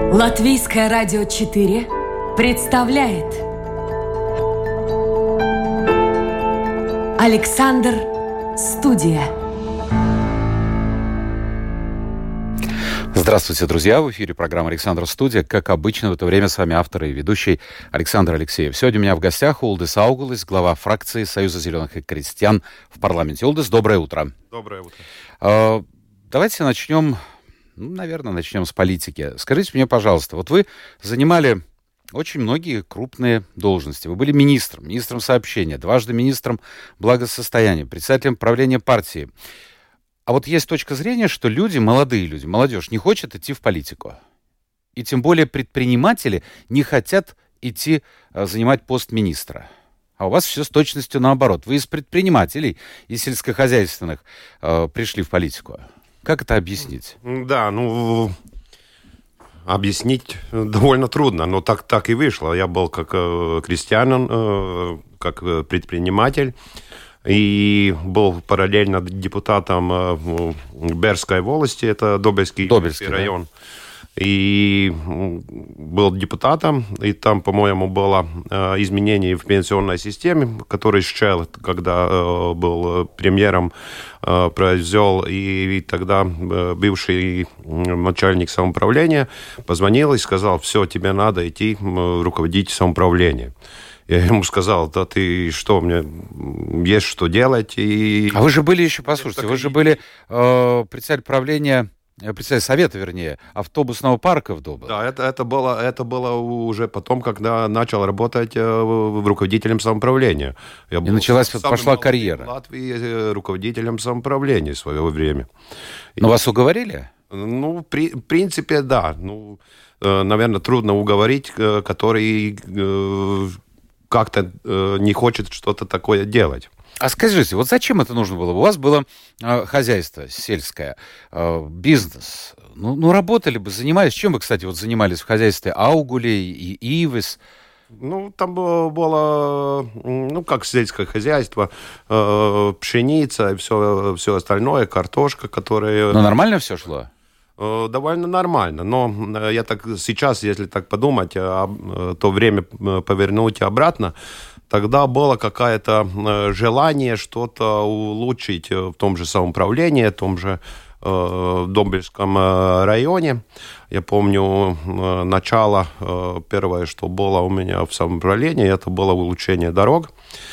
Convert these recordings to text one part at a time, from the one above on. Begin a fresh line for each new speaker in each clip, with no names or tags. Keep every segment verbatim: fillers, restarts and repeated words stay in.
Латвийское радио четыре представляет Александр Студия.
Здравствуйте, друзья! В эфире программа «Александр Студия». Как обычно, в это время с вами автор и ведущий Александр Алексеев. Сегодня у меня в гостях Улдис Аугулис, глава фракции Союза зеленых и крестьян в парламенте. Улдис, доброе утро.
Доброе утро.
Э, давайте начнем, ну, наверное, начнем с политики. Скажите мне, пожалуйста, вот вы занимали очень многие крупные должности. Вы были министром, министром сообщения, дважды министром благосостояния, председателем правления партии. А вот есть точка зрения, что люди, молодые люди, молодежь не хочет идти в политику. И тем более предприниматели не хотят идти а, занимать пост министра. А у вас все с точностью наоборот. Вы из предпринимателей, из сельскохозяйственных а, пришли в политику. Как это объяснить?
Да, ну, объяснить довольно трудно, но так, так и вышло. Я был как э, крестьянин, э, как предприниматель. И был параллельно депутатом в Берской волости, это Добельский, Добельский район. Да. И был депутатом, и там, по-моему, было изменение в пенсионной системе, который Шчел, когда был премьером, произвел, и тогда бывший начальник самоуправления позвонил и сказал: все, тебе надо идти руководить самоуправлением. Я ему сказал: да ты что, мне есть что делать. И...
А вы же были еще, послушайте, вы же были э, председатель правления, председатель совета, вернее, автобусного парка в Добе.
Да, это, это, было, это было уже потом, когда начал работать э, руководителем самоуправления. Я
и началась, пошла карьера.
В Латвии руководителем самоуправления в свое время.
Но и... вас уговорили?
Ну, при, в принципе, да. Ну, э, наверное, трудно уговорить, э, который... Э, как-то э, не хочет что-то такое делать.
А скажите, вот зачем это нужно было? У вас было э, хозяйство сельское, э, бизнес. Ну, ну, работали бы, занимались. Чем вы, кстати, вот занимались в хозяйстве Аугулей и Ивис?
Ну, там было, ну, как сельское хозяйство, э, пшеница и все, все остальное, картошка, которая...
Но нормально все шло?
Довольно нормально, но я так сейчас, если так подумать, то время повернуть обратно, тогда было какое-то желание что-то улучшить в том же самоуправлении, в том же э, Добельском районе. Я помню, начало, первое, что было у меня в самоуправлении, это было улучшение дорог.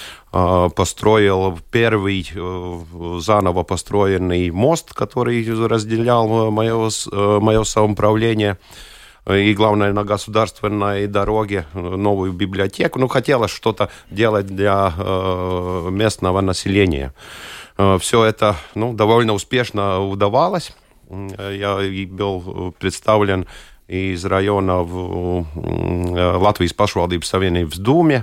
Построил первый заново построенный мост, который разделял мое, мое самоуправление. И, главное, на государственной дороге новую библиотеку. Ну, хотелось что-то делать для местного населения. Все это, ну, довольно успешно удавалось. Я был представлен из района в Латвijas pašvaldības savienības Думе.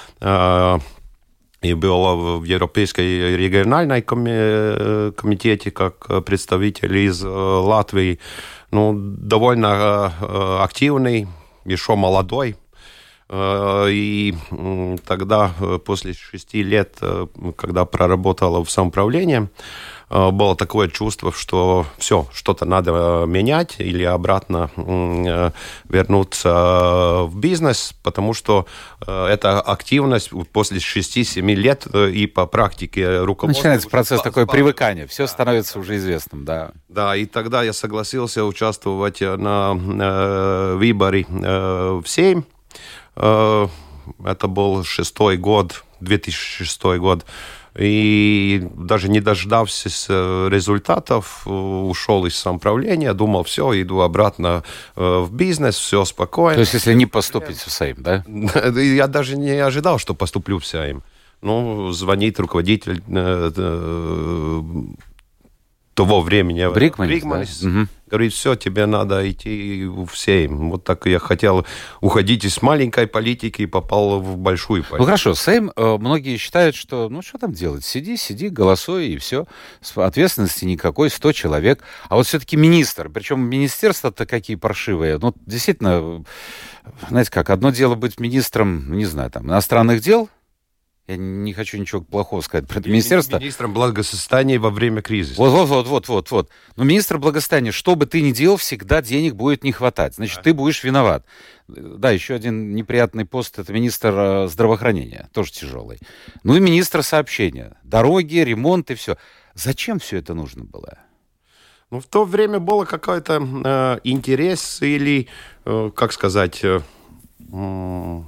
И был в Европейской региональной комитете как представитель из Латвии. Ну, довольно активный, еще молодой. И тогда, после шести лет, когда проработал в самоуправлении, было такое чувство, что все, что-то надо менять или обратно вернуться в бизнес, потому что эта активность после шести-семи лет и по практике руководства...
Начинается процесс такой привыкания, все становится уже известным, да.
Да, и тогда я согласился участвовать на выборе в Сейм. Это был шестой год, две тысячи шестой год. И даже не дождавшись результатов, ушел из самоуправления, думал: все, иду обратно в бизнес, все спокойно.
То есть, если не поступить в Сейм, да?
Я даже не ожидал, что поступлю в Сейм. Ну, звонит руководитель того времени.
Брикманис,
Брикманис,
да? Угу.
Говорит: все, тебе надо идти в Сейм. Вот так я хотел уходить из маленькой политики и попал в большую политику.
Ну хорошо, Сейм, э, многие считают, что ну что там делать, сиди, сиди, голосуй и все. Ответственности никакой, сто человек. А вот все-таки министр, причем министерства-то какие паршивые. Ну действительно, знаете как, одно дело быть министром, не знаю, там, иностранных дел, Я не хочу ничего плохого сказать про это министерство.
Министром благосостояния во время кризиса.
Вот, вот, вот, вот, вот, вот. Но министр благосостояния, что бы ты ни делал, всегда денег будет не хватать. Значит, да. Ты будешь виноват. Да, еще один неприятный пост — это министр здравоохранения, тоже тяжелый. Ну и министр сообщения. Дороги, ремонт и все. Зачем все это нужно было?
Ну, в то время было какой-то э, интерес или, э, как сказать... Э, э,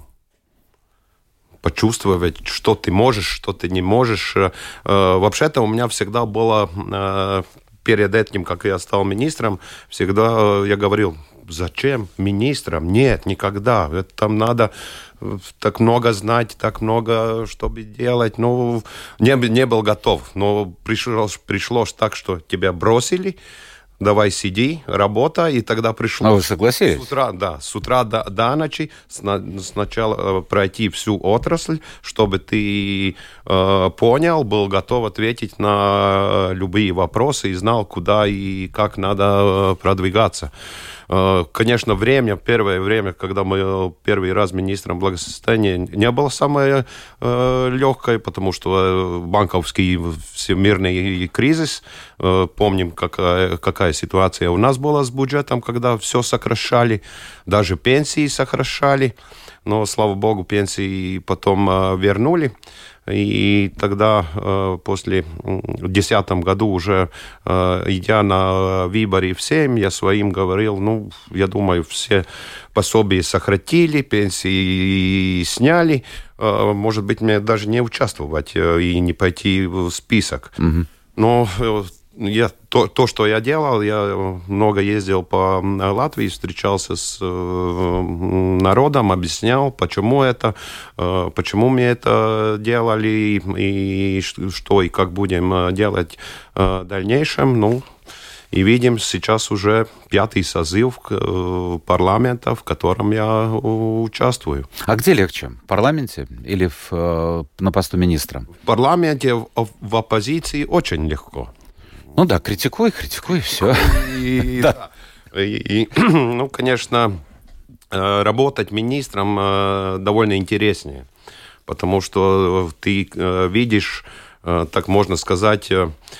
почувствовать, что ты можешь, что ты не можешь. Вообще-то у меня всегда было, перед этим, как я стал министром, всегда я говорил, зачем министром? Нет, никогда. Это там надо так много знать, так много, чтобы делать. Ну, не, не был готов. Но пришло, пришлось так, что тебя бросили. Давай сиди, работа, и тогда пришло...
А вы согласились?
С утра, да, с утра до, до ночи сначала пройти всю отрасль, чтобы ты э, понял, был готов ответить на любые вопросы и знал, куда и как надо продвигаться. Э, конечно, время, первое время, когда мы первый раз министром благосостояния, не было самое э, легкое, потому что банковский всемирный кризис, э, помним, какая, какая ситуация у нас была с бюджетом, когда все сокращали, даже пенсии сокращали, но, слава богу, пенсии потом э, вернули. И тогда, э, после в десятом году уже, э, идя на выборы в Сейм, я своим говорил, ну, я думаю, все пособия сократили, пенсии сняли, э, может быть, мне даже не участвовать э, и не пойти в список. Mm-hmm. Но э, я, то, то, что я делал, я много ездил по Латвии, встречался с э, народом, объяснял, почему это, э, почему мы это делали, и, и что и как будем делать э, в дальнейшем. Ну, и видим сейчас уже пятый созыв э, парламента, в котором я участвую.
А где легче? В парламенте или в, э, на посту министра?
В парламенте, в, в оппозиции очень легко.
Ну да, критикуй, критикуй, все.
И, да. и, и, ну, конечно, работать министром довольно интереснее, потому что ты видишь, так можно сказать,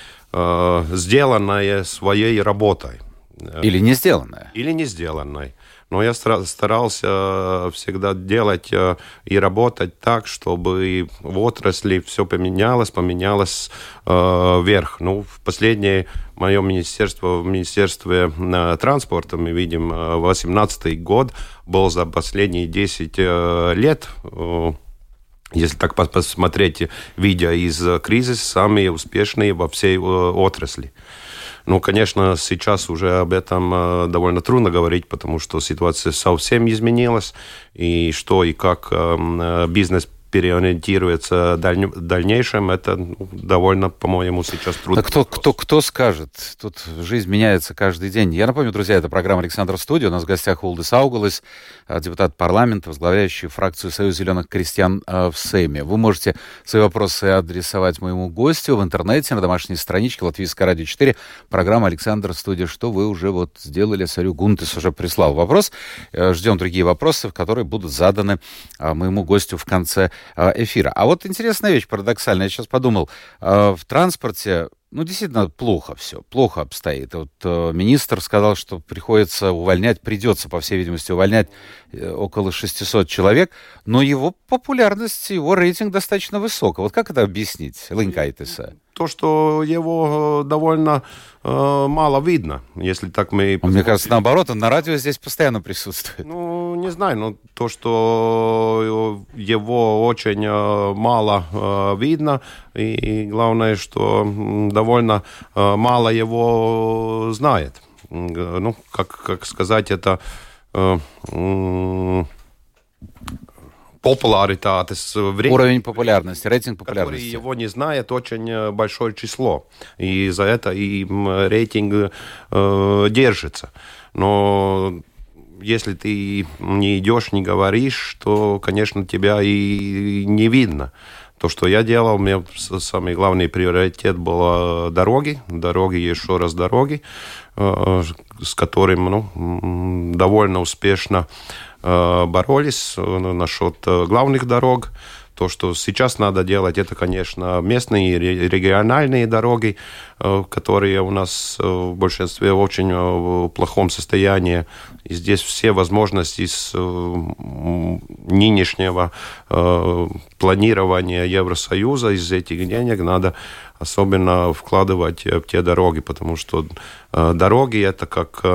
сделанное своей работой.
Или не сделанное.
Или не сделанное. Но я старался всегда делать и работать так, чтобы в отрасли все поменялось, поменялось э, вверх. Ну, в последнее мое министерство, в Министерстве э, транспорта, мы видим, восемнадцатый год был за последние десять э, лет, э, если так посмотреть видео из кризиса, самые успешные во всей э, отрасли. Ну, конечно, сейчас уже об этом э, довольно трудно говорить, потому что ситуация совсем изменилась, и что и как э, бизнес переориентируется в дальнейшем, это ну, довольно, по-моему, сейчас трудно.
Да кто, кто, кто скажет? Тут жизнь меняется каждый день. Я напомню, друзья, это программа «Александр Студия». У нас в гостях Улдис Аугалис, депутат парламента, возглавляющий фракцию «Союз зеленых крестьян» в Сейме. Вы можете свои вопросы адресовать моему гостю в интернете, на домашней страничке Латвийское радио четыре, программа «Александр Студия». Что вы уже вот сделали? Смотрю, Гунтес уже прислал вопрос. Ждем другие вопросы, которые будут заданы моему гостю в конце эфира. А вот интересная вещь, парадоксальная. Я сейчас подумал, в транспорте, ну, действительно, плохо все, плохо обстоит. Вот э, министр сказал, что приходится увольнять, придется, по всей видимости, увольнять э, около шестисот человек, но его популярность, его рейтинг достаточно высок. Вот как это объяснить, Линкайтеса?
То, что его довольно э, мало видно, если так мы...
Мне кажется, наоборот, он на радио здесь постоянно присутствует.
Ну, не знаю, но то, что его очень э, мало э, видно, и, и главное, что довольно э, мало его знает. Ну, как, как сказать, это... Э, э, популяритатес время,
уровень популярности, рейтинг популярности.
Который его не знает очень большое число. И за это и рейтинг э, держится. Но если ты не идешь, не говоришь, то, конечно, тебя и не видно. То, что я делал, у меня самый главный приоритет был дороги. Дороги, еще раз дороги, э, с которым ну, довольно успешно боролись насчет главных дорог. То, что сейчас надо делать, это, конечно, местные региональные дороги, которые у нас в большинстве в очень плохом состоянии. И здесь все возможности с нынешнего планирования Евросоюза, из этих денег надо особенно вкладывать в те дороги, потому что дороги – это как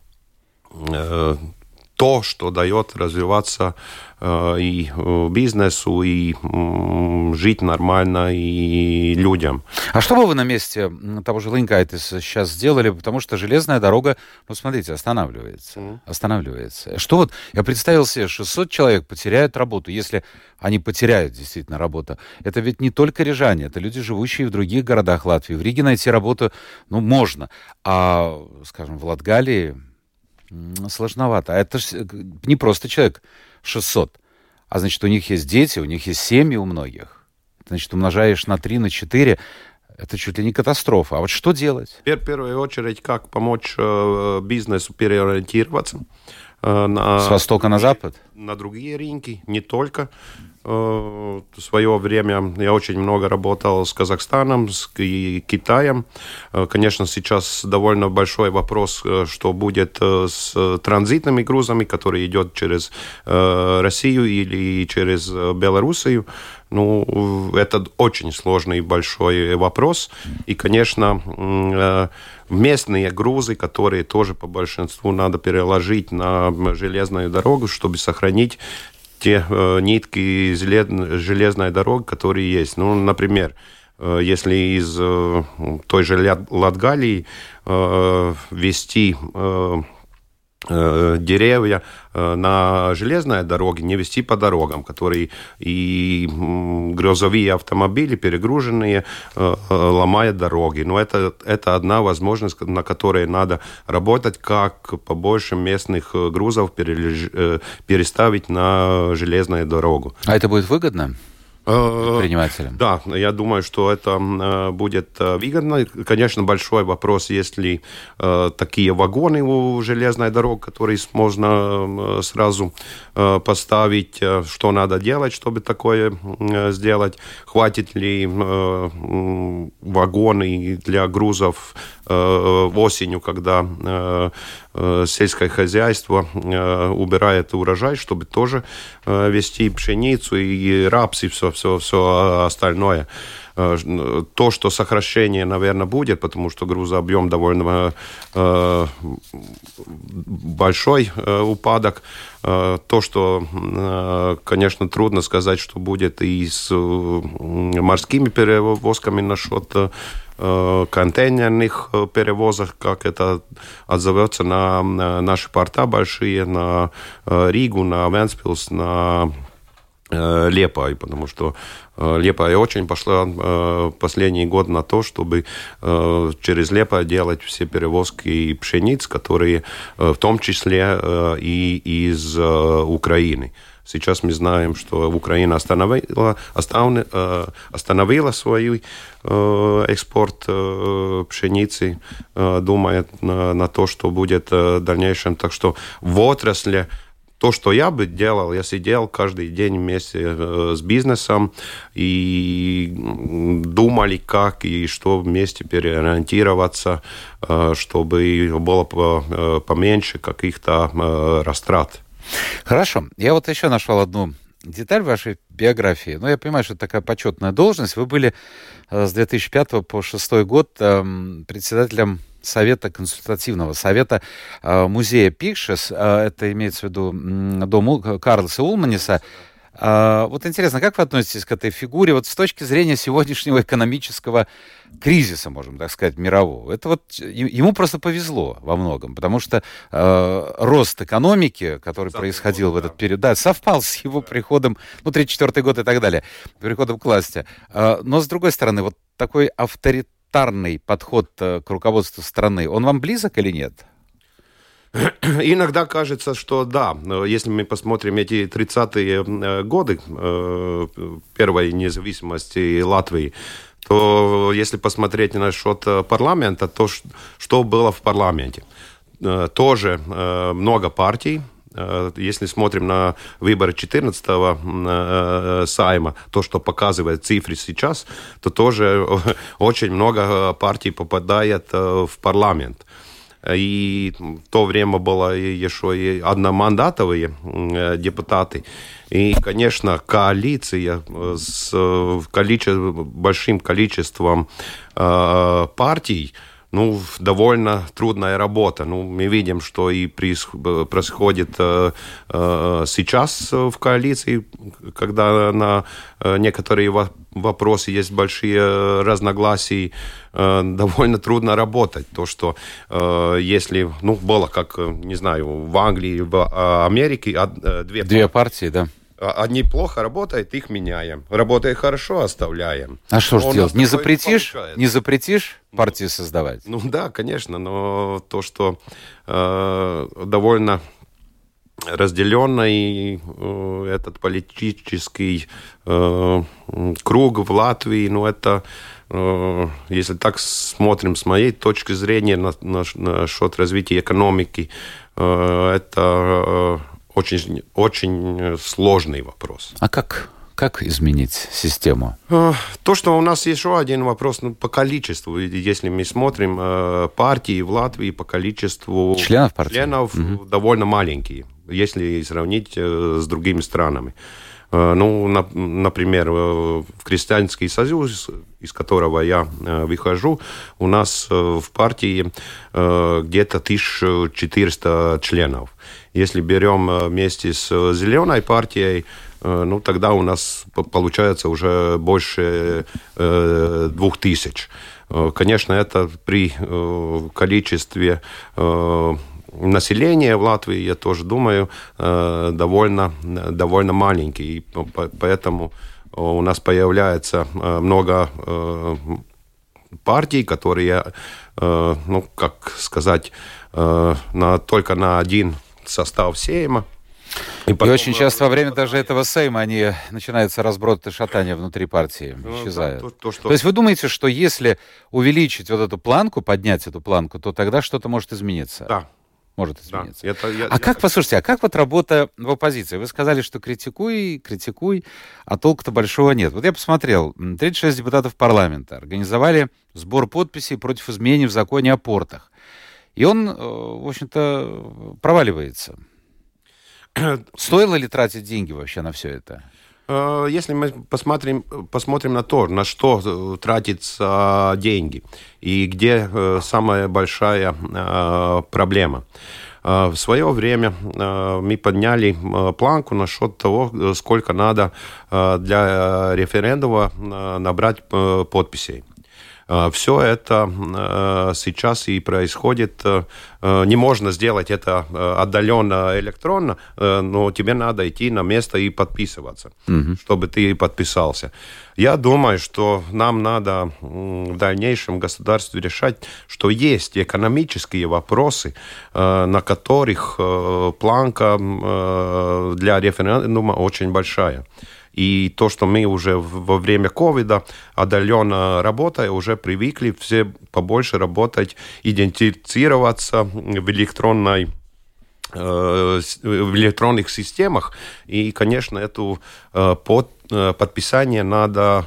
то, что дает развиваться э, и бизнесу, и э, жить нормально, и людям.
А что бы вы на месте того же Линкайтис сейчас сделали? Потому что железная дорога, ну, смотрите, останавливается. Mm. Останавливается. Что вот, я представил себе, шестьсот человек потеряют работу, если они потеряют действительно работу. Это ведь не только рижане, это люди, живущие в других городах Латвии. В Риге найти работу, ну, можно. А, скажем, в Латгалии сложновато. А это же не просто человек шестьсот. А значит, у них есть дети, у них есть семьи у многих. Значит, умножаешь на три, на четыре. Это чуть ли не катастрофа. А вот что делать?
В первую очередь, как помочь э, бизнесу переориентироваться. Э, на,
С востока на запад?
На другие рынки, не только. В свое время я очень много работал с Казахстаном, с Китаем. Конечно, сейчас довольно большой вопрос, что будет с транзитными грузами, которые идут через Россию или через Белоруссию. Ну, это очень сложный большой вопрос. И, конечно, местные грузы, которые тоже по большинству надо переложить на железную дорогу, чтобы сохранить те э, нитки железной дороги, которые есть. Ну, например, э, если из э, той же Латгалии э, везти э, э, деревья э, на железной дороге, не везти по дорогам, которые и э, грузовые автомобили перегруженные э, ломают дороги. Но это, это одна возможность, на которой надо работать, как побольше местных грузов перележ... э, переставить на железную дорогу.
А это будет выгодно предпринимателям?
Да, я думаю, что это э, будет э, выгодно. Конечно, большой вопрос, есть ли э, такие вагоны у железной дороги, которые можно э, сразу э, поставить, э, что надо делать, чтобы такое э, сделать. Хватит ли э, вагоны для грузов э, осенью, когда э, э, сельское хозяйство э, убирает урожай, чтобы тоже э, везти пшеницу и рапс и все, все, все остальное. То, что сокращение, наверное, будет, потому что грузообъем довольно э, большой э, упадок. Э, то, что, э, конечно, трудно сказать, что будет и с э, морскими перевозками насчет э, контейнерных перевозок, как это отзовется на, на наши порта большие, на э, Ригу, на Вентспилс, на э, Лиепаю, потому что Лиепая очень пошла э, последний год на то, чтобы э, через Лиепаю делать все перевозки пшениц, которые э, в том числе э, и из э, Украины. Сейчас мы знаем, что Украина остановила, оставны, э, остановила свой э, экспорт э, пшеницы, э, думая на, на то, что будет э, в дальнейшем. Так что в отрасли то, что я бы делал, я сидел каждый день вместе э, с бизнесом и думали, как и что вместе переориентироваться, э, чтобы было по, э, поменьше каких-то э, растрат.
Хорошо. Я вот еще нашел одну деталь в вашей биографии. Ну, я понимаю, что это такая почетная должность. Вы были э, с две тысячи пятого по две тысячи шестой год э, председателем Совета, консультативного совета э, музея Пикшес, э, это имеется в виду э, дом Карлса Улманиса. Э, вот интересно, как вы относитесь к этой фигуре вот с точки зрения сегодняшнего экономического кризиса, можем так сказать, мирового? Это вот ему просто повезло во многом, потому что э, рост экономики, который совпал, происходил в этот да. период, да, совпал с его приходом, ну, тридцать четвёртый год и так далее, приходом к власти. Э, но, с другой стороны, вот такой авторитет подход к руководству страны, он вам близок или нет?
Иногда кажется, что да. Если мы посмотрим эти тридцатые годы первой независимости Латвии, то если посмотреть насчет парламента, то что было в парламенте? Тоже много партий, Если смотрим на выборы четырнадцатого Сайма, то, что показывает цифры сейчас, то тоже очень много партий попадает в парламент. И в то время было еще и одномандатовые депутаты. И, конечно, коалиция с количе... большим количеством э, партий, ну, довольно трудная работа. Ну, мы видим, что и происходит э, э, сейчас в коалиции, когда на некоторые вопросы есть большие разногласия, э, довольно трудно работать. То, что э, если, ну, было, как, не знаю, в Англии, в Америке, э, две,
две партии, да.
Одни плохо работают, их меняем. Работает хорошо, оставляем.
А что же делать? Не запретишь, не запретишь партию создавать?
Ну да, конечно, но то, что э, довольно разделенный э, этот политический э, круг в Латвии, ну это, э, если так смотрим с моей точки зрения на, на, на счет развития экономики, э, это... Э, Очень, очень сложный вопрос.
А как, как изменить систему?
То, что у нас еще один вопрос, ну, по количеству. Если мы смотрим партии в Латвии, по количеству
членов, партии?
членов угу. довольно маленькие, если сравнить с другими странами. Ну, на, например, в Крестьянский союз, из которого я выхожу, у нас в партии где-то тысяча четыреста членов. Если берем вместе с Зеленой партией, ну, тогда у нас получается уже больше двух тысяч. Конечно, это при количестве населения в Латвии, я тоже думаю, довольно, довольно маленький. И поэтому у нас появляется много партий, которые, ну, как сказать, на, только на один состав Сейма.
И, потом, и очень часто во время даже этого Сейма они начинаются разброд и шатания внутри партии, исчезают. Ну, да, то, то, что... то есть вы думаете, что если увеличить вот эту планку, поднять эту планку, то тогда что-то может измениться?
Да.
Может измениться.
Да, это, я,
а я... как, послушайте, а как вот работа в оппозиции? Вы сказали, что критикуй, критикуй, а толку-то большого нет. Вот я посмотрел, тридцать шесть депутатов парламента организовали сбор подписей против изменений в законе о портах. И он, в общем-то, проваливается. Стоило ли тратить деньги вообще на все это?
Если мы посмотрим, посмотрим на то, на что тратятся деньги и где самая большая проблема. В свое время мы подняли планку насчет того, сколько надо для референдума набрать подписей. Все это сейчас и происходит. Не можно сделать это отдаленно электронно, но тебе надо идти на место и подписываться, угу. чтобы ты подписался. Я думаю, что нам надо в дальнейшем государстве решать, что есть экономические вопросы, на которых планка для референдума очень большая. И то, что мы уже во время ковида отдаленно работая, уже привыкли все побольше работать, идентифицироваться в электронной в электронных системах. И, конечно, это под, подписание надо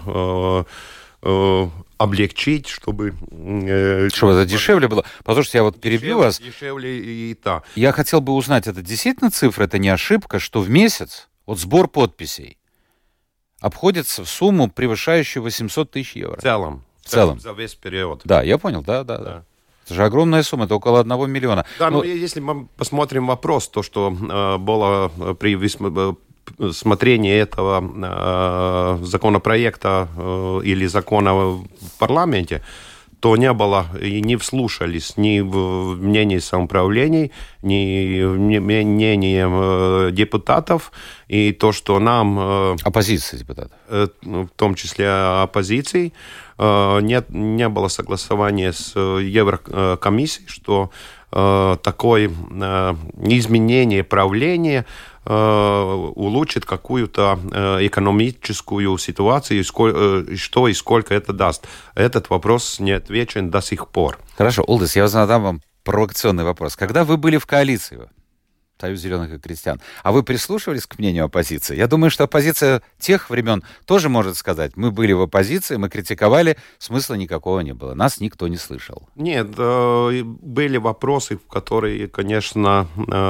облегчить, чтобы...
Чтобы это дешевле было. Послушайте, я вот перебью
дешевле,
вас.
Дешевле и так.
Я хотел бы узнать, это действительно цифра, это не ошибка, что в месяц вот сбор подписей обходится в сумму, превышающую восемьсот тысяч евро.
В целом.
В целом.
За весь период.
Да, я понял, да, да, да. да. Это же огромная сумма, это около одного миллиона.
Да, но, но если мы посмотрим вопрос, то, что э, было при рассмотрении этого э, законопроекта э, или закона в парламенте, то не было и не вслушались ни в мнение самоуправлений, ни в мнение депутатов, и то, что нам...
Оппозиции депутатов.
В том числе оппозиции, нет, не было согласования с Еврокомиссией, что такое изменение правления улучшит какую-то экономическую ситуацию, что и сколько это даст. Этот вопрос не отвечен до сих пор.
Хорошо, Улдис, я задам вам провокационный вопрос. Когда вы были в коалиции, Союз зеленых и крестьян. А вы прислушивались к мнению оппозиции? Я думаю, что оппозиция тех времен тоже может сказать, мы были в оппозиции, мы критиковали, смысла никакого не было. Нас никто не слышал.
Нет, были вопросы, в которые, конечно,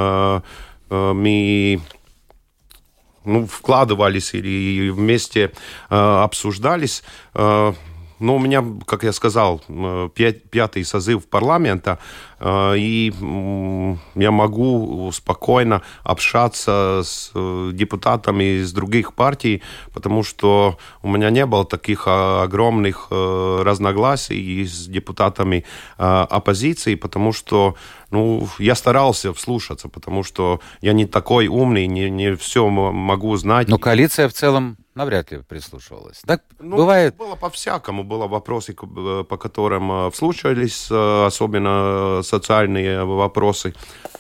мы ну, вкладывались или вместе обсуждались. Но у меня, как я сказал, пятый созыв парламента, и я могу спокойно общаться с депутатами из других партий, потому что у меня не было таких огромных разногласий с депутатами оппозиции, потому что ну, я старался вслушаться, потому что я не такой умный, не, не все могу знать.
Но коалиция в целом навряд ли прислушивалась. Так
ну,
бывает?
Было по-всякому. Были вопросы, по которым вслушивались, особенно социальные вопросы,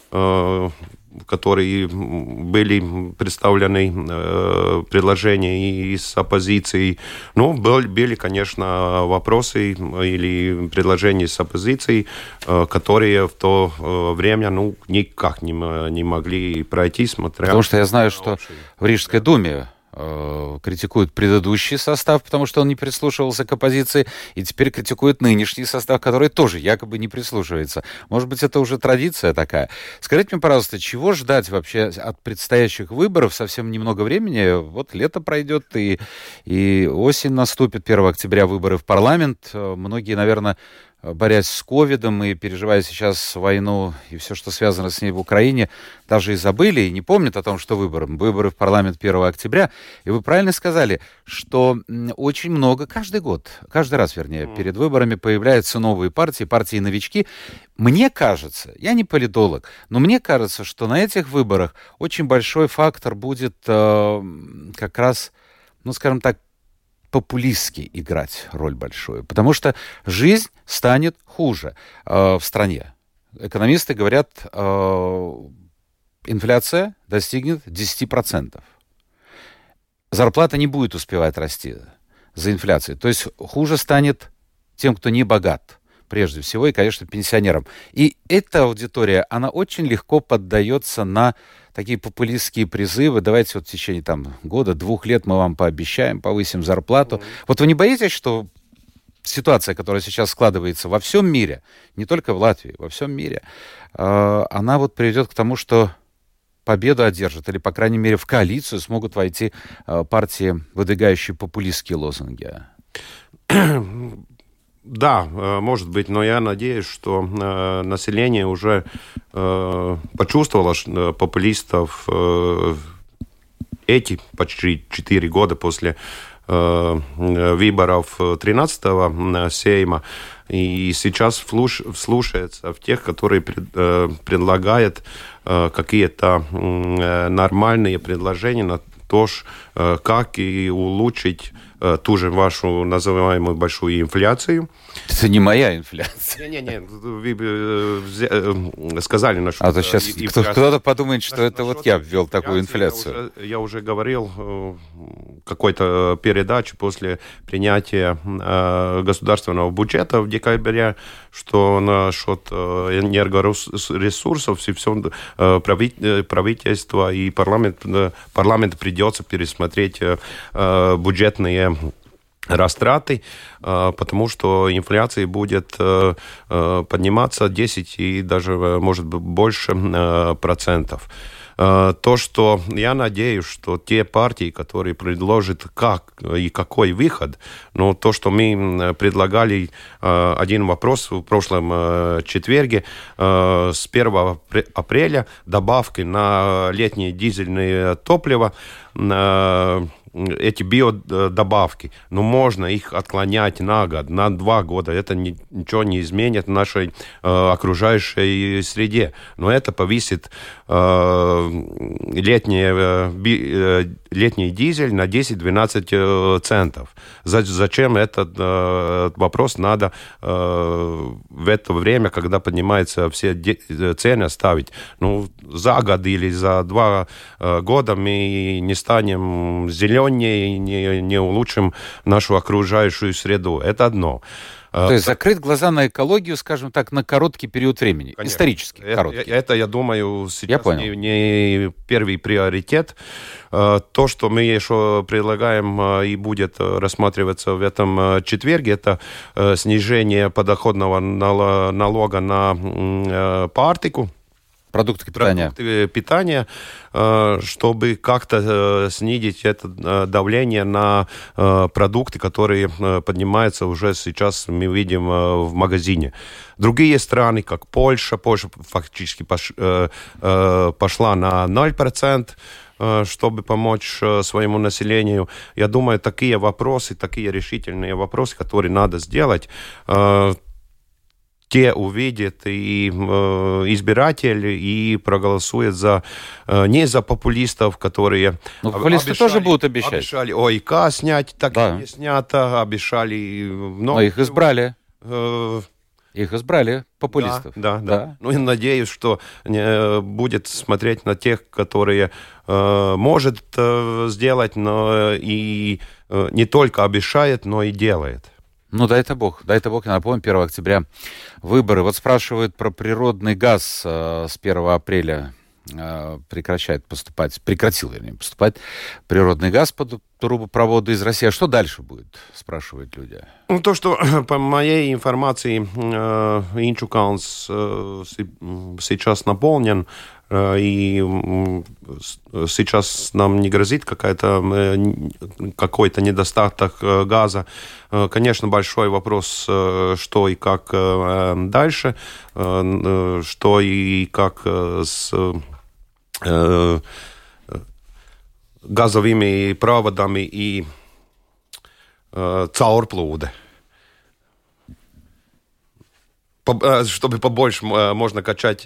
которые были представлены, предложения из оппозиции. Ну, были, конечно, вопросы или предложения с оппозицией, которые в то время ну, никак не, не могли пройти, смотря...
Потому что я знаю, что в Рижской думе критикуют предыдущий состав, потому что он не прислушивался к оппозиции, и теперь критикуют нынешний состав, который тоже якобы не прислушивается. Может быть, это уже традиция такая. Скажите мне, пожалуйста, чего ждать вообще от предстоящих выборов? Совсем немного времени. Вот лето пройдет, и, и осень наступит. первого октября выборы в парламент. Многие, наверное, борясь с ковидом и переживая сейчас войну и все, что связано с ней в Украине, даже и забыли, и не помнят о том, что выборы. Выборы в парламент первого октября. И вы правильно сказали, что очень много, каждый год, каждый раз, вернее, mm. перед выборами появляются новые партии, партии-новички. Мне кажется, я не политолог, но мне кажется, что на этих выборах очень большой фактор будет э, как раз, ну, скажем так, популистски играть роль большую, потому что жизнь станет хуже э, в стране. Экономисты говорят, э, инфляция достигнет десять процентов. Зарплата не будет успевать расти за инфляцией. То есть хуже станет тем, кто не богат, прежде всего, и, конечно, пенсионерам. И эта аудитория, она очень легко поддается на такие популистские призывы. Давайте вот в течение там, года, двух лет мы вам пообещаем, повысим зарплату. Mm-hmm. Вот вы не боитесь, что ситуация, которая сейчас складывается во всем мире, не только в Латвии, во всем мире, э, она вот приведет к тому, что победу одержат, или, по крайней мере, в коалицию смогут войти э, партии, выдвигающие популистские лозунги?
Да, может быть, но я надеюсь, что э, население уже э, почувствовало э, популистов э, эти почти четыре года после э, выборов тринадцатого сейма, и сейчас вслуш, вслушается в тех, которые пред, э, предлагают э, какие-то э, нормальные предложения на то, э, как и улучшить ту же вашу называемую большую инфляцию.
Это не моя инфляция.
Не-не-не, вы сказали насчет...
А то сейчас кто, кто-то подумает, что это вот я ввел такую инфляцию.
Я уже, я уже говорил в какой-то передаче после принятия государственного бюджета в декабре, что насчет энергоресурсов и все правительство и парламент, парламент придется пересмотреть бюджетные растраты, потому что инфляция будет подниматься десять и даже, может быть, больше процентов. То, что я надеюсь, что те партии, которые предложат как и какой выход, но то, что мы предлагали один вопрос в прошлом четверге, с первого апреля добавки на летнее дизельное топливо, эти биодобавки, но можно их отклонять на год, на два года. Это ни, ничего не изменит в нашей э, окружающей среде. Но это повысит э, летний, э, э, летний дизель на десять-двенадцать э, центов. За, зачем этот э, вопрос надо э, в это время, когда поднимаются все де- цены, ставить? Ну, за год или за два э, года мы не станем зелеными, озеленение, не, не улучшим нашу окружающую среду. Это одно.
То есть закрыть глаза на экологию, скажем так, на короткий период времени, конечно. Исторически
это,
короткий.
Это, я думаю, сейчас я не, не первый приоритет. То, что мы еще предлагаем и будет рассматриваться в этом четверге, это снижение подоходного налога на партику.
Продукты питания.
Продукты питания, чтобы как-то снизить это давление на продукты, которые поднимаются уже сейчас, мы видим, в магазине. Другие страны, как Польша, Польша фактически пошла на ноль процентов, чтобы помочь своему населению. Я думаю, такие вопросы, такие решительные вопросы, которые надо сделать, те увидят и э, избиратели и проголосуют за, э, не за популистов, которые...
Ну, популисты обещали, тоже будут обещать.
Обещали ОИК снять, так
да.
и не снято, обещали...
Но, Но их избрали.
Э,
их избрали, популистов.
Да, да, да. да. Ну и надеюсь, что э, будет смотреть на тех, которые э, может э, сделать, но и э, не только обещает, но и делает.
Ну, дай-то бог, дай-то бог, я напомню, первого октября выборы. Вот спрашивают про природный газ э, с первого апреля э, прекращает поступать, прекратил, вернее, поступать природный газ под трубопроводы из России. А что дальше будет, спрашивают люди?
Ну, то, что, по моей информации, э, Инчукалнс э, сейчас наполнен, и сейчас нам не грозит какая-то, какой-то недостаток газа. Конечно, большой вопрос, что и как дальше, что и как с газовыми проводами и caurplūde. Чтобы побольше можно качать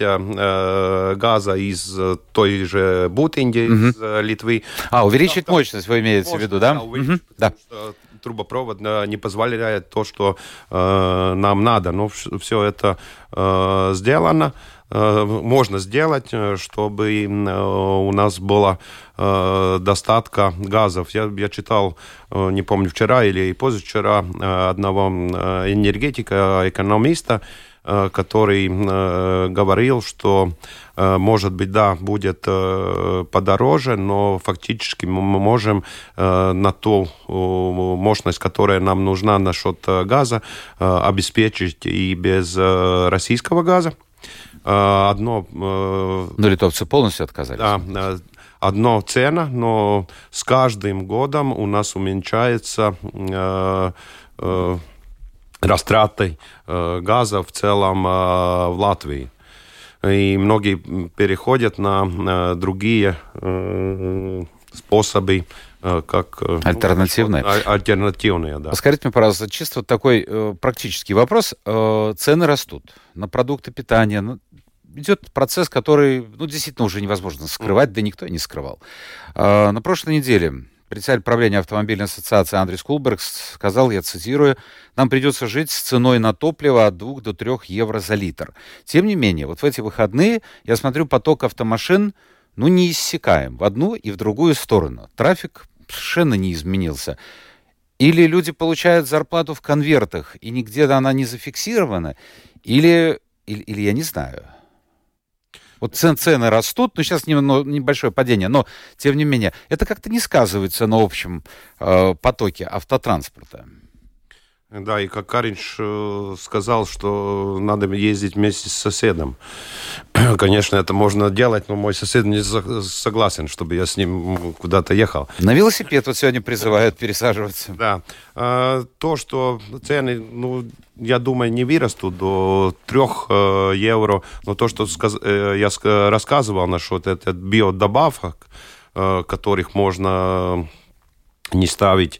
э, газа из той же Бутынги, угу. из Литвы.
А, увеличить да, мощность, вы имеете в виду, да?
Увеличить,
угу.
потому да. что трубопровод не позволяет то, что э, нам надо. Но все это э, сделано. Э, можно сделать, чтобы э, у нас было э, достатка газов. Я, я читал, э, не помню, вчера или позавчера э, одного э, энергетика, экономиста, который э, говорил, что, э, может быть, да, будет э, подороже, но фактически мы можем э, на ту э, мощность, которая нам нужна насчет газа, э, обеспечить и без э, российского газа. Э, одно... Э,
но литовцы полностью отказались.
Да, э, одно цена, но с каждым годом у нас уменьшается... Э, э, растраты э, газа в целом э, в Латвии. И многие переходят на э, другие э, способы, э, как... Э,
альтернативные.
Ну, альтернативные, да.
Скажите мне, пожалуйста, чисто вот такой э, практический вопрос. Э, цены растут на продукты питания. Ну, идет процесс, который, ну, действительно уже невозможно скрывать, mm. да никто и не скрывал. Э, на прошлой неделе... Председатель правления автомобильной ассоциации Андрис Кулбергс сказал, я цитирую, нам придется жить с ценой на топливо от двух до трёх евро за литр. Тем не менее, вот в эти выходные я смотрю, поток автомашин, ну, не иссякаем в одну и в другую сторону. Трафик совершенно не изменился. Или люди получают зарплату в конвертах, и нигде она не зафиксирована, или, или, или я не знаю... Вот цены растут, ну, сейчас небольшое падение, но, тем не менее, это как-то не сказывается на общем э, потоке автотранспорта.
Да, и как Каринч сказал, что надо ездить вместе с соседом. Конечно, это можно делать, но мой сосед не согласен, чтобы я с ним куда-то ехал.
На велосипед вот сегодня призывают пересаживаться.
Да. То, что цены, ну, я думаю, не вырастут до трех евро, но то, что я рассказывал насчет этих биодобавок, которых можно... не ставить.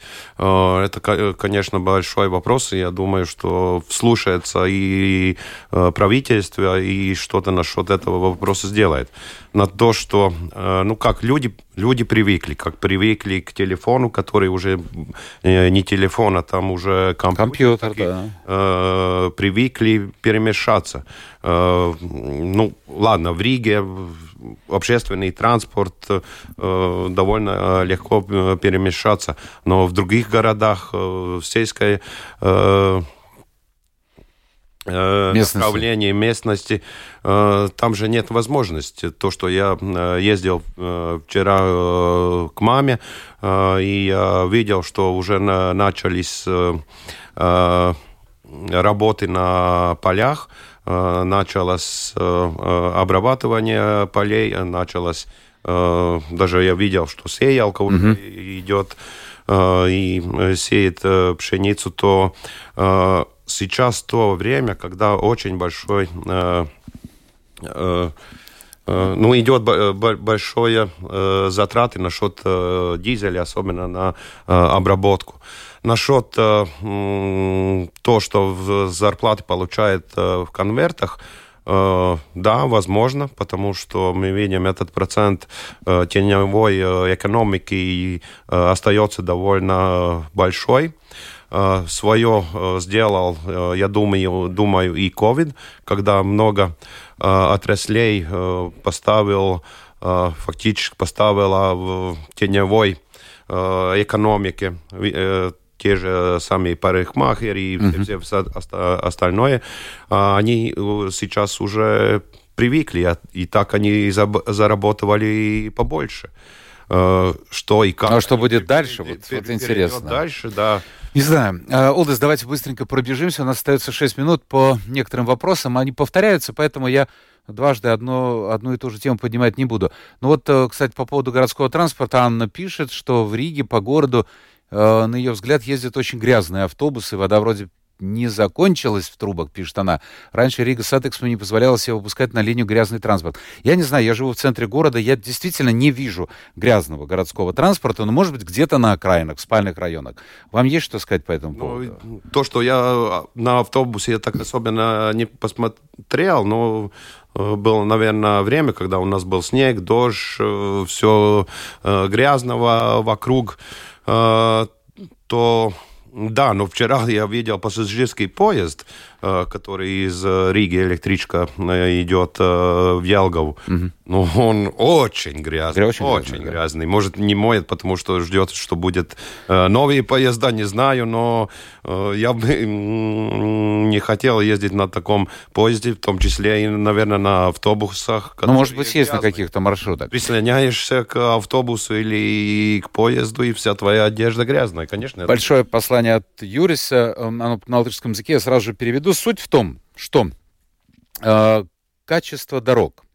Это, конечно, большой вопрос, и я думаю, что вслушается и правительство, и что-то насчет этого вопроса сделает. На то, что, ну как, люди, люди привыкли, как привыкли к телефону, который уже не телефон, а там уже компьютер,
компьютер, да.
Привыкли перемешаться. Ну, ладно, в Риге общественный транспорт довольно легко перемещаться, но в других городах, в сельской местности. направлении местности, там же нет возможности. То, что я ездил вчера к маме, и я видел, что уже начались работы на полях, началось обрабатывание полей, началось, даже я видел, что сеялка уже uh-huh. идет и сеет пшеницу, то сейчас то время, когда очень большой, э, э, э, ну, идет большое э, затраты насчет э, дизеля, особенно на э, обработку. Насчет э, э, то, что в зарплаты получает э, в конвертах, э, да, возможно, потому что мы видим, этот процент э, теневой э, экономики э, остается довольно большой. Свое сделал, я думаю, думаю, и ковид, когда много отраслей поставил, фактически поставила в теневой экономике те же самые парикмахеры и mm-hmm. все остальное, они сейчас уже привыкли, и так они заработали побольше. Что и как.
А что будет дальше? Вот, вот интересно.
Дальше, да.
Не знаю. Олдес, давайте быстренько пробежимся. У нас остается шесть минут по некоторым вопросам. Они повторяются, поэтому я дважды одно, одну и ту же тему поднимать не буду. Ну вот, кстати, по поводу городского транспорта Анна пишет, что в Риге по городу, на ее взгляд, ездят очень грязные автобусы. Вода вроде не закончилась в трубах, пишет она. Раньше Рига Сатексму не позволяла себе выпускать на линию грязный транспорт. Я не знаю, я живу в центре города, я действительно не вижу грязного городского транспорта, но, может быть, где-то на окраинах, в спальных районах. Вам есть что сказать по этому поводу?
Ну, то, что я на автобусе я так особенно не посмотрел, но было, наверное, время, когда у нас был снег, дождь, все грязного вокруг, то... Да, но вчера я видел пассажирский поезд, который из Риги, электричка, идет в Ялгову. Угу. Ну, он очень грязный, очень, очень грязный, грязный. Да. Может, не моет, потому что ждет, что будет новые поезда, не знаю, но я бы не хотел ездить на таком поезде, в том числе и, наверное, на автобусах.
Ну, может быть, есть на каких-то маршрутах.
Прислоняешься к автобусу или к поезду, и вся твоя одежда грязная, конечно.
Большое это... послание от Юриса, оно на латышском языке, я сразу же переведу. Суть в том, что э, качество дорог.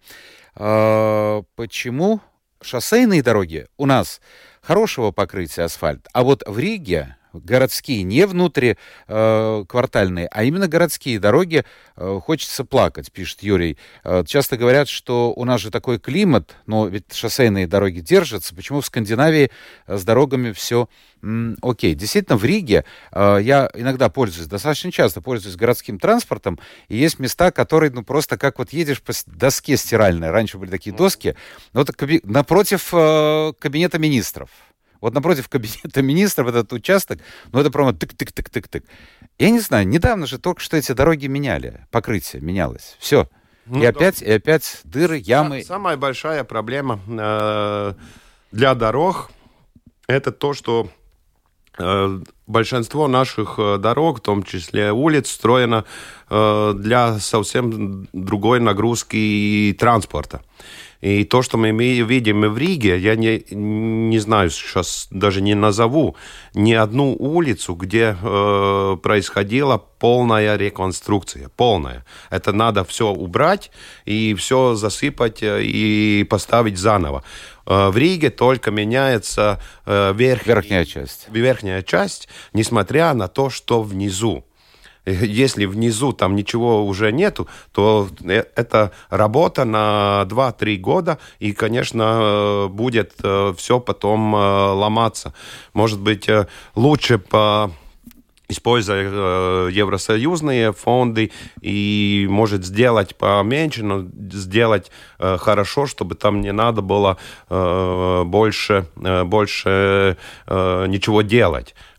Э, почему шоссейные дороги у нас хорошего покрытия асфальт, а вот в Риге городские, не внутриквартальные, э, а именно городские дороги, э, хочется плакать, пишет Юрий. Э, часто говорят, что у нас же такой климат, но ведь шоссейные дороги держатся. Почему в Скандинавии с дорогами все м, окей? Действительно, в Риге э, я иногда пользуюсь, достаточно часто пользуюсь городским транспортом, и есть места, которые, ну, просто как вот едешь по доске стиральной. Раньше были такие доски. Вот напротив э, кабинета министров. Вот напротив кабинета министров этот участок, ну это прямо тык-тык-тык-тык-тык. Я не знаю, недавно же только что эти дороги меняли, покрытие менялось, все. Ну, и опять, да. и опять дыры, ямы.
Самая большая проблема э, для дорог — это то, что э, большинство наших дорог, в том числе улиц, строено э, для совсем другой нагрузки транспорта. И то, что мы видим в Риге, я не, не знаю, сейчас даже не назову ни одну улицу, где э, происходила полная реконструкция. Полная. Это надо все убрать и все засыпать и поставить заново. Э, в Риге только меняется э, верх...
верхняя часть.
верхняя часть, несмотря на то, что внизу. Если внизу там ничего уже нету, то это работа на два-три года, и, конечно, будет все потом ломаться. Может быть, лучше по... используя евросоюзные фонды и, может, сделать поменьше, но сделать э, хорошо, чтобы там не надо было э, больше, э, больше э, ничего делать.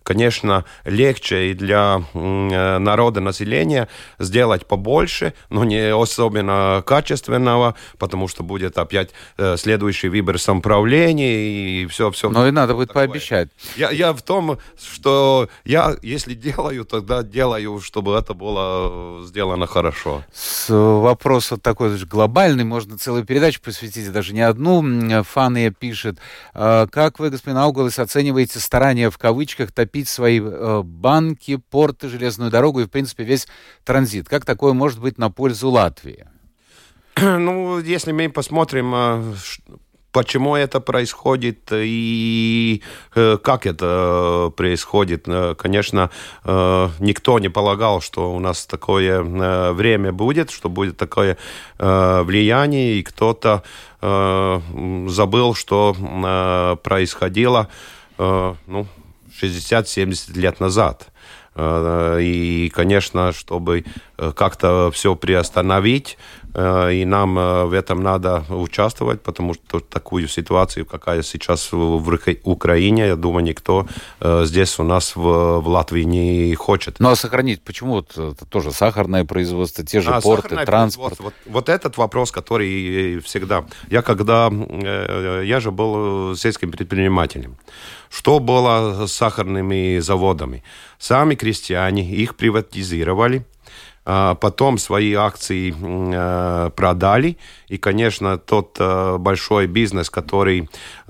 конечно, легче и для народа, населения сделать побольше, но не особенно качественного, потому что будет опять следующий выбор самоуправления и все-все.
Но и надо будет такое. Пообещать.
Я, я в том, что я, если делаю, тогда делаю, чтобы это было сделано хорошо.
С вопрос вот такой же глобальный, можно целую передачу посвятить, даже не одну. Фания пишет, как вы, господин Аугалис, оцениваете старания в кавычках топить свои банки, порты, железную дорогу и, в принципе, весь транзит? Как такое может быть на пользу Латвии?
Ну, если мы посмотрим, почему это происходит и как это происходит, конечно, никто не полагал, что у нас такое время будет, что будет такое влияние, и кто-то забыл, что происходило, ну, шестьдесят-семьдесят лет назад. И, конечно, чтобы как-то все приостановить, и нам в этом надо участвовать, потому что такую ситуацию, какая сейчас в Украине, я думаю, никто здесь у нас в, в Латвии не хочет.
Ну а сохранить, почему вот это тоже сахарное производство, те же а, порты, транспорт?
Вот, вот этот вопрос, который всегда... Я когда... Я же был сельским предпринимателем. Что было с сахарными заводами? Сами крестьяне их приватизировали, потом свои акции продали, и, конечно, тот большой бизнес, который,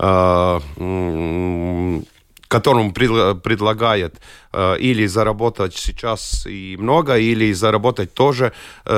которому предлагает или заработать сейчас и много, или заработать тоже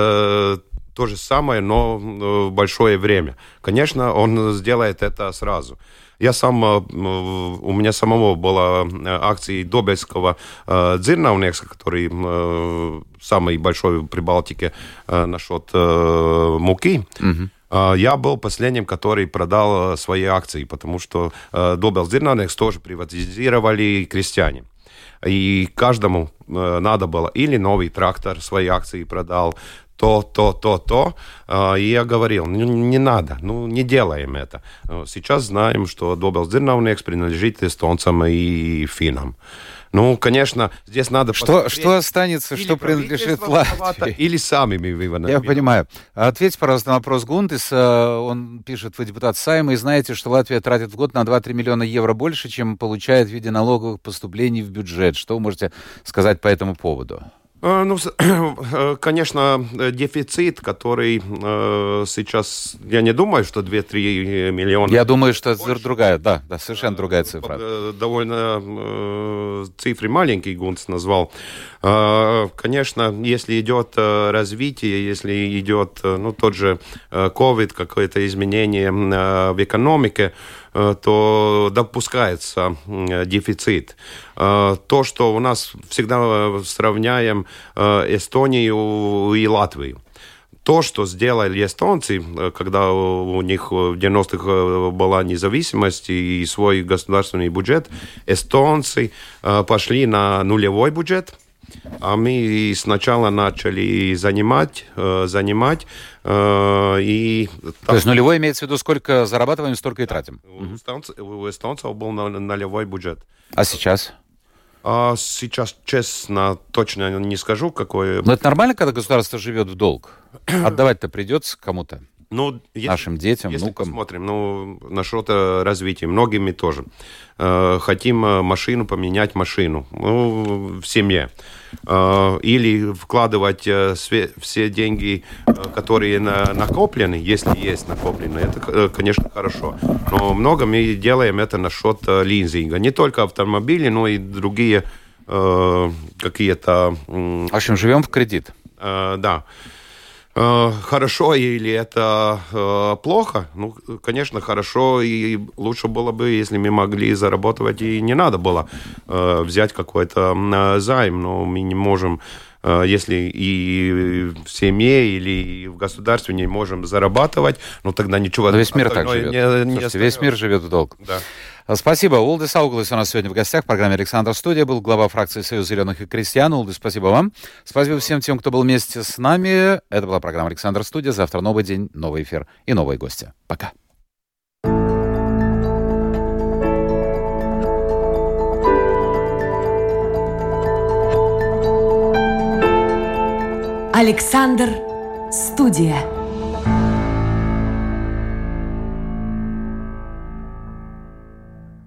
то же самое, но в большое время. Конечно, он сделает это сразу. Я сам, у меня самого была акция Добельского дзирнавнекса, который самый большой в Прибалтике насчет муки. Угу. Я был последним, который продал свои акции, потому что Добельс дзирнавнекс тоже приватизировали крестьяне. И каждому надо было или новый трактор, свои акции продал, то, то, то, то. И я говорил, ну, не надо, ну, не делаем это. Сейчас знаем, что Добельс дзирнавнекс принадлежит эстонцам и финнам. Ну, конечно, здесь надо...
Что, что останется, что принадлежит Латвии?
Или сами мы выводим.
Я понимаю. Ответьте, пожалуйста, на вопрос Гунтиса. Он пишет, вы депутат Сайма, и знаете, что Латвия тратит в год на два-три миллиона евро больше, чем получает в виде налоговых поступлений в бюджет. Что вы можете сказать по этому поводу?
Ну, конечно, дефицит, который сейчас, я не думаю, что два-три миллиона.
Я думаю, что это другая, да, да, совершенно другая цифра.
Довольно цифры маленькие Гунц назвал. Конечно, если идет развитие, если идет, ну, тот же ковид, какое-то изменение в экономике, то допускается дефицит. То, что у нас всегда сравняем Эстонию и Латвию. То, что сделали эстонцы, когда у них в девяностых была независимость и свой государственный бюджет, эстонцы пошли на нулевой бюджет, а мы сначала начали занимать, занимать и...
То есть нулевой имеется в виду, сколько зарабатываем, столько и тратим?
У эстонцев, у эстонцев был нулевой бюджет.
А сейчас?
А сейчас, честно, точно не скажу, какой...
Но это нормально, когда государство живет в долг? Отдавать-то придется кому-то?
Ну, если,
нашим детям,
если
внукам.
Посмотрим, ну, на что-то развитие. Многими тоже. Э, хотим машину, поменять машину. Ну, в семье. Э, или вкладывать э, все, все деньги, э, которые на, накоплены, если есть накоплены. Это, э, конечно, хорошо. Но много мы делаем это насчет э, лизинга. Не только автомобили, но и другие э, какие-то... Э,
в общем, живем в кредит.
Э, да. Хорошо или это э, плохо? Ну, конечно, хорошо, и лучше было бы, если мы могли заработать, и не надо было э, взять какой-то э, займ, но мы не можем, э, если и в семье или в государстве не можем зарабатывать, ну тогда ничего...
Но весь мир так живет. Не, не Слушайте, весь мир живет в долг.
Да.
Спасибо. Улдис Аугалис у нас сегодня в гостях в программе «Александр Студия». Был глава фракции «Союз зеленых и крестьян». Улдис, спасибо вам. Спасибо всем тем, кто был вместе с нами. Это была программа «Александр Студия». Завтра новый день, новый эфир и новые гости. Пока.
Александр, студия.